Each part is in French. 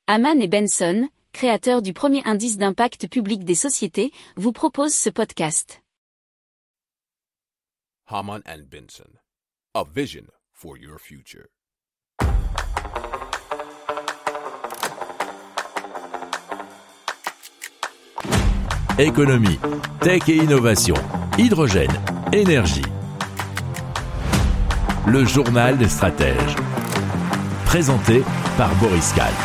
Hamann et Benson, créateurs du premier indice d'impact public des sociétés, vous proposent ce podcast. Hamann and Benson, a vision for your future. Économie, tech et innovation, hydrogène, énergie. Le journal des stratèges. Présenté par Boris Kalt.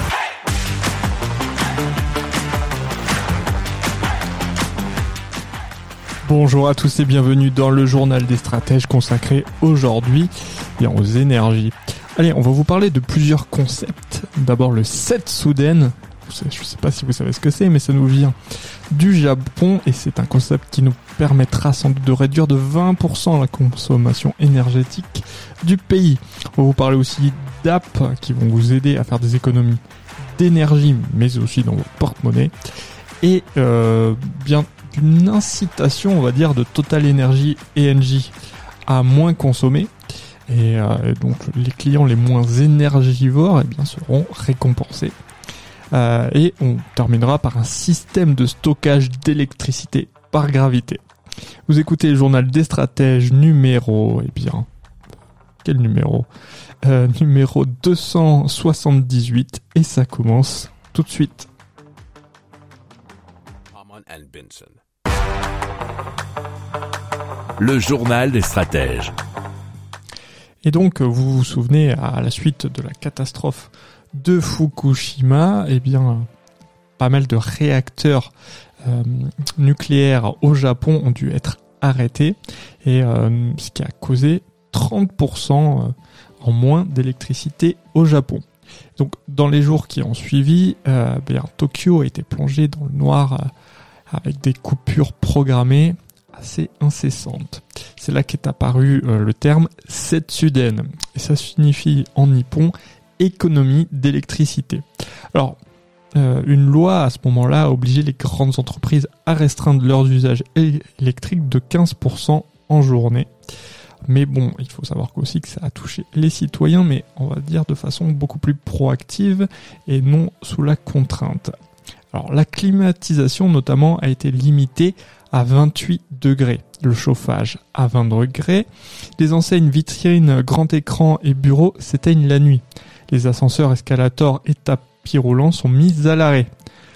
Bonjour à tous et bienvenue dans le journal des stratèges consacré aujourd'hui aux énergies. Allez, on va vous parler de plusieurs concepts. D'abord le Setsuden. Je ne sais pas si vous savez ce que c'est, mais ça nous vient du Japon et c'est un concept qui nous permettra sans doute de réduire de 20% la consommation énergétique du pays. On va vous parler aussi d'apps qui vont vous aider à faire des économies d'énergie, mais aussi dans votre porte-monnaie. Et bien une incitation, on va dire, de Total Energy ENG à moins consommer. Et donc les clients les moins énergivores seront récompensés. Et on terminera par un système de stockage d'électricité par gravité. Vous écoutez le journal des stratèges numéro... quel numéro numéro 278 et ça commence tout de suite. Hamann and Benson. Le journal des stratèges. Et donc, vous vous souvenez, à la suite de la catastrophe de Fukushima, pas mal de réacteurs nucléaires au Japon ont dû être arrêtés, et ce qui a causé 30% en moins d'électricité au Japon. Donc, dans les jours qui ont suivi, Tokyo a été plongé dans le noir avec des coupures programmées assez incessantes. C'est là qu'est apparu le terme Setsuden, et ça signifie en nippon économie d'électricité. Alors, une loi à ce moment-là a obligé les grandes entreprises à restreindre leurs usages électriques de 15% en journée. Mais bon, il faut savoir aussi que ça a touché les citoyens, mais on va dire de façon beaucoup plus proactive et non sous la contrainte. Alors, la climatisation notamment a été limitée à 28 degrés, le chauffage à 20 degrés, les enseignes vitrines, grand écran et bureaux s'éteignent la nuit. Les ascenseurs, escalators et tapis roulants sont mis à l'arrêt.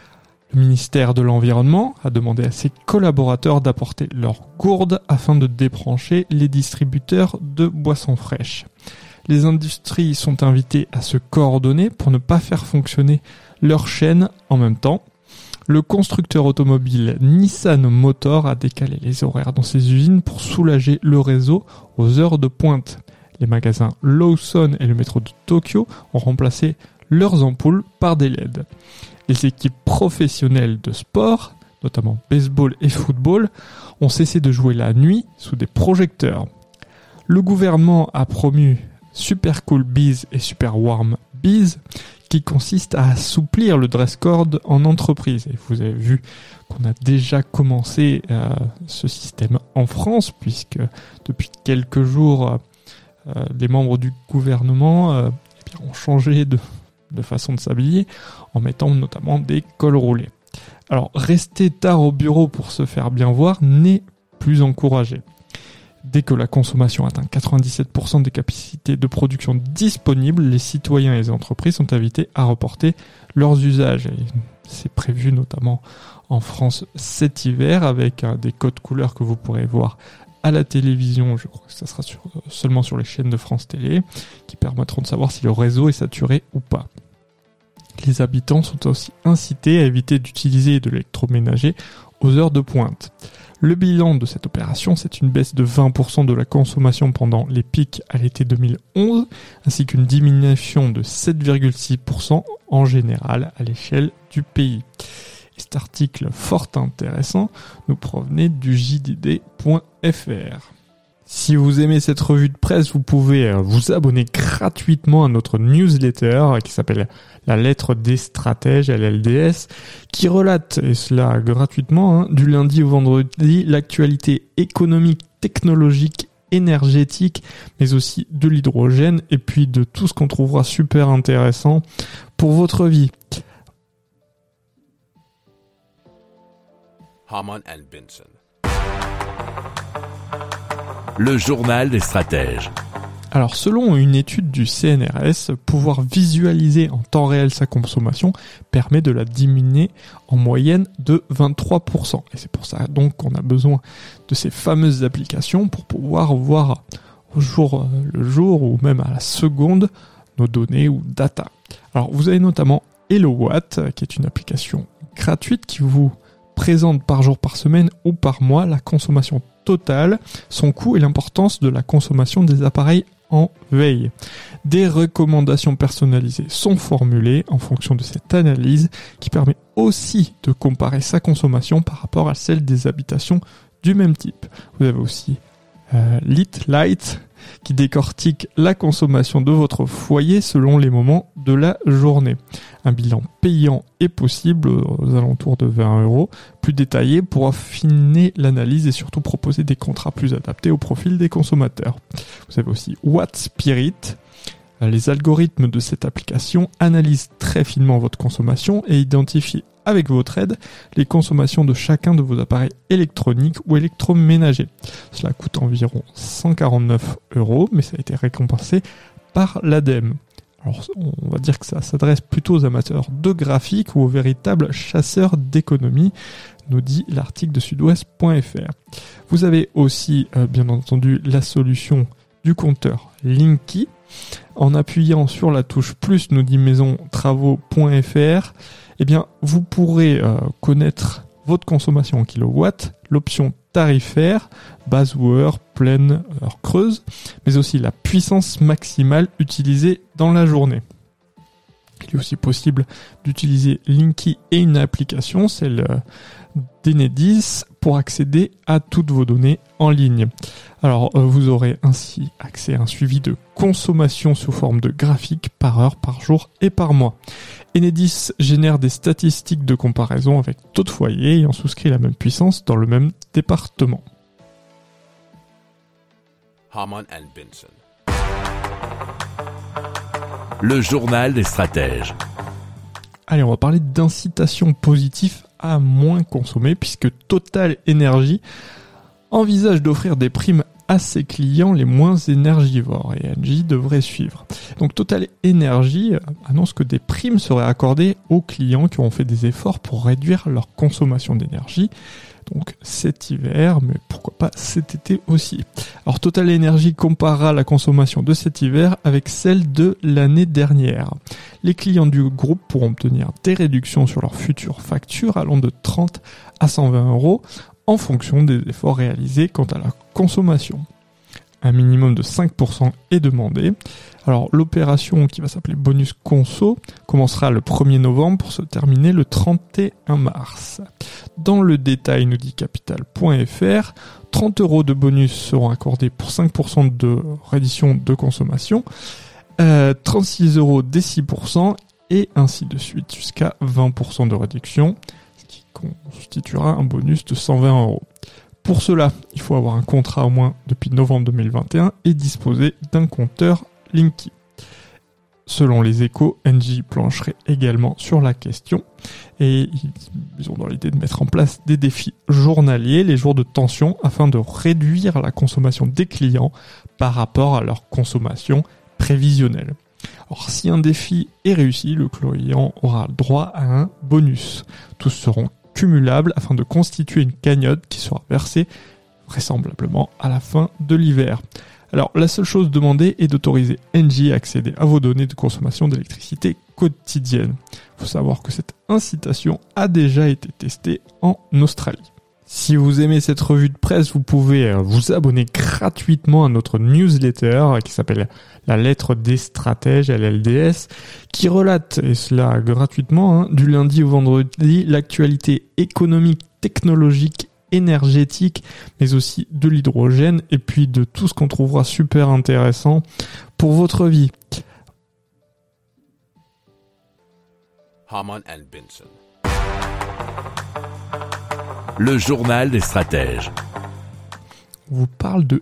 Le ministère de l'Environnement a demandé à ses collaborateurs d'apporter leurs gourdes afin de débrancher les distributeurs de boissons fraîches. Les industries sont invitées à se coordonner pour ne pas faire fonctionner leurs chaînes en même temps. Le constructeur automobile Nissan Motor a décalé les horaires dans ses usines pour soulager le réseau aux heures de pointe. Les magasins Lawson et le métro de Tokyo ont remplacé leurs ampoules par des LED. Les équipes professionnelles de sport, notamment baseball et football, ont cessé de jouer la nuit sous des projecteurs. Le gouvernement a promu Super Cool Bees et Super Warm Bees, qui consiste à assouplir le dress code en entreprise. Et vous avez vu qu'on a déjà commencé ce système en France, puisque depuis quelques jours, les membres du gouvernement ont changé de façon de s'habiller, en mettant notamment des cols roulés. Alors, rester tard au bureau pour se faire bien voir n'est plus encouragé. Dès que la consommation atteint 97% des capacités de production disponibles, les citoyens et les entreprises sont invités à reporter leurs usages. Et c'est prévu notamment en France cet hiver avec des codes couleurs que vous pourrez voir à la télévision. Je crois que ça sera seulement sur les chaînes de France Télé, qui permettront de savoir si le réseau est saturé ou pas. Les habitants sont aussi incités à éviter d'utiliser de l'électroménager aux heures de pointe. Le bilan de cette opération, c'est une baisse de 20% de la consommation pendant les pics à l'été 2011, ainsi qu'une diminution de 7,6% en général à l'échelle du pays. Et cet article fort intéressant nous provenait du JDD.fr. Si vous aimez cette revue de presse, vous pouvez vous abonner gratuitement à notre newsletter qui s'appelle La Lettre des Stratèges, LLDS, qui relate, et cela gratuitement, du lundi au vendredi, l'actualité économique, technologique énergétique, mais aussi de l'hydrogène et puis de tout ce qu'on trouvera super intéressant pour votre vie. Harman and Benson. Le journal des stratèges. Alors, selon une étude du CNRS, pouvoir visualiser en temps réel sa consommation permet de la diminuer en moyenne de 23%. Et c'est pour ça donc qu'on a besoin de ces fameuses applications pour pouvoir voir au jour le jour ou même à la seconde nos données ou data. Alors, vous avez notamment HelloWatt, qui est une application gratuite qui vous présente par jour, par semaine ou par mois la consommation totale, son coût et l'importance de la consommation des appareils en veille. Des recommandations personnalisées sont formulées en fonction de cette analyse qui permet aussi de comparer sa consommation par rapport à celle des habitations du même type. Vous avez aussi Light qui décortique la consommation de votre foyer selon les moments de la journée. Un bilan payant est possible aux alentours de 20 €, plus détaillé pour affiner l'analyse et surtout proposer des contrats plus adaptés au profil des consommateurs. Vous avez aussi Watt Spirit. Les algorithmes de cette application analysent très finement votre consommation et identifient avec votre aide les consommations de chacun de vos appareils électroniques ou électroménagers. Cela coûte environ 149 €, mais ça a été récompensé par l'ADEME. Alors, on va dire que ça s'adresse plutôt aux amateurs de graphique ou aux véritables chasseurs d'économie, nous dit l'article de sudouest.fr. Vous avez aussi, bien entendu, la solution du compteur Linky. En appuyant sur la touche plus, nous dit maison-travaux.fr, eh bien, vous pourrez connaître votre consommation en kilowatts, l'option tarifaire, base ou heure, pleine, heure creuse, mais aussi la puissance maximale utilisée dans la journée. Il est aussi possible d'utiliser Linky et une application, celle d'Enedis, pour accéder à toutes vos données en ligne. Alors, vous aurez ainsi accès à un suivi de consommation sous forme de graphique par heure, par jour et par mois. Enedis génère des statistiques de comparaison avec d'autres foyers ayant souscrit la même puissance dans le même département. Harman and Benson. Le journal des stratèges. Allez, on va parler d'incitation positive à moins consommer puisque Total Energy envisage d'offrir des primes à ses clients les moins énergivores et Engie devrait suivre. Donc Total Energy annonce que des primes seraient accordées aux clients qui ont fait des efforts pour réduire leur consommation d'énergie. Donc cet hiver, mais pourquoi pas cet été aussi. Alors Total Energy comparera la consommation de cet hiver avec celle de l'année dernière. Les clients du groupe pourront obtenir des réductions sur leurs futures factures allant de 30 à 120 € en fonction des efforts réalisés quant à la consommation. Un minimum de 5% est demandé. Alors l'opération qui va s'appeler Bonus Conso commencera le 1er novembre pour se terminer le 31 mars. Dans le détail, nous dit capital.fr, 30 € de bonus seront accordés pour 5% de réduction de consommation, 36 € dès 6% et ainsi de suite jusqu'à 20% de réduction, ce qui constituera un bonus de 120 €. Pour cela, il faut avoir un contrat au moins depuis novembre 2021 et disposer d'un compteur Linky. Selon les Échos, Engie plancherait également sur la question et ils ont dans l'idée de mettre en place des défis journaliers, les jours de tension, afin de réduire la consommation des clients par rapport à leur consommation prévisionnelle. Alors si un défi est réussi, le client aura droit à un bonus. Tous seront cumulables afin de constituer une cagnotte qui sera versée vraisemblablement à la fin de l'hiver. Alors la seule chose demandée est d'autoriser Engie à accéder à vos données de consommation d'électricité quotidienne. Il faut savoir que cette incitation a déjà été testée en Australie. Si vous aimez cette revue de presse, vous pouvez vous abonner gratuitement à notre newsletter qui s'appelle La Lettre des Stratèges, LLDS, qui relate, et cela gratuitement, du lundi au vendredi, l'actualité économique, technologique, énergétique, mais aussi de l'hydrogène, et puis de tout ce qu'on trouvera super intéressant pour votre vie. Harman and Benson. Le journal des stratèges. On vous parle de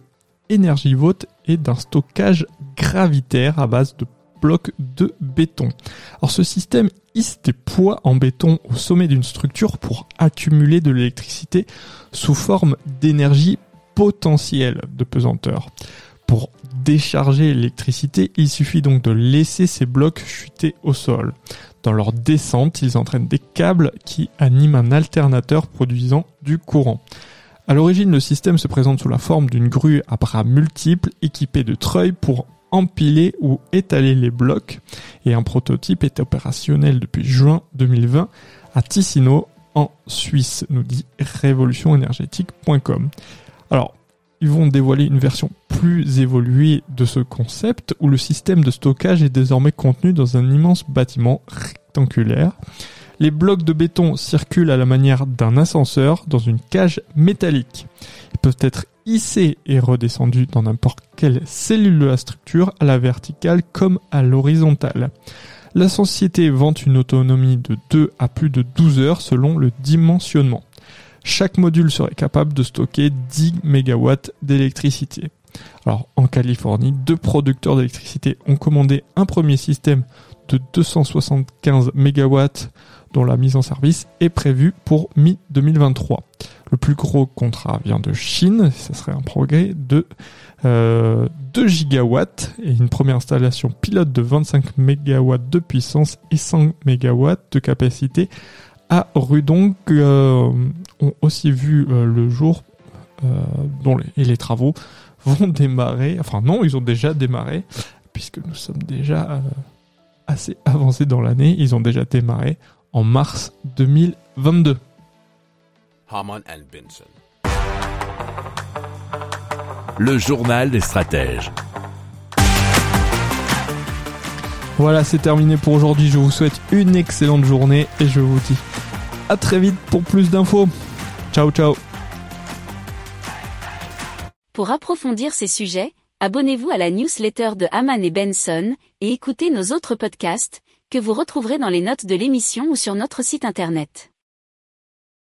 énergivore et d'un stockage gravitaire à base de blocs de béton. Alors ce système hisse des poids en béton au sommet d'une structure pour accumuler de l'électricité sous forme d'énergie potentielle de pesanteur. Pour décharger l'électricité, il suffit donc de laisser ces blocs chuter au sol. Dans leur descente, ils entraînent des câbles qui animent un alternateur produisant du courant. À l'origine, le système se présente sous la forme d'une grue à bras multiples équipée de treuils pour empiler ou étaler les blocs, et un prototype est opérationnel depuis juin 2020 à Ticino en Suisse, nous dit révolutionénergétique.com. Alors, ils vont dévoiler une version plus évoluée de ce concept où le système de stockage est désormais contenu dans un immense bâtiment rectangulaire. Les blocs de béton circulent à la manière d'un ascenseur dans une cage métallique. Ils peuvent être hissés et redescendus dans n'importe quelle cellule de la structure, à la verticale comme à l'horizontale. La société vante une autonomie de 2 à plus de 12 heures selon le dimensionnement. Chaque module serait capable de stocker 10 MW d'électricité. Alors, en Californie, 2 producteurs d'électricité ont commandé un premier système de 275 MW dont la mise en service est prévue pour mi-2023. Le plus gros contrat vient de Chine, ça serait un progrès de 2 gigawatts et une première installation pilote de 25 MW de puissance et 100 MW de capacité à Rudong ont aussi vu le jour et les travaux vont démarrer, enfin non, ils ont déjà démarré puisque nous sommes déjà assez avancés dans l'année, ils ont déjà démarré en mars 2022. Hamann and Benson. Le journal des stratèges. Voilà, c'est terminé pour aujourd'hui. Je vous souhaite une excellente journée et je vous dis à très vite pour plus d'infos. Ciao, ciao. Pour approfondir ces sujets, abonnez-vous à la newsletter de Hamann et Benson et écoutez nos autres podcasts que vous retrouverez dans les notes de l'émission ou sur notre site internet.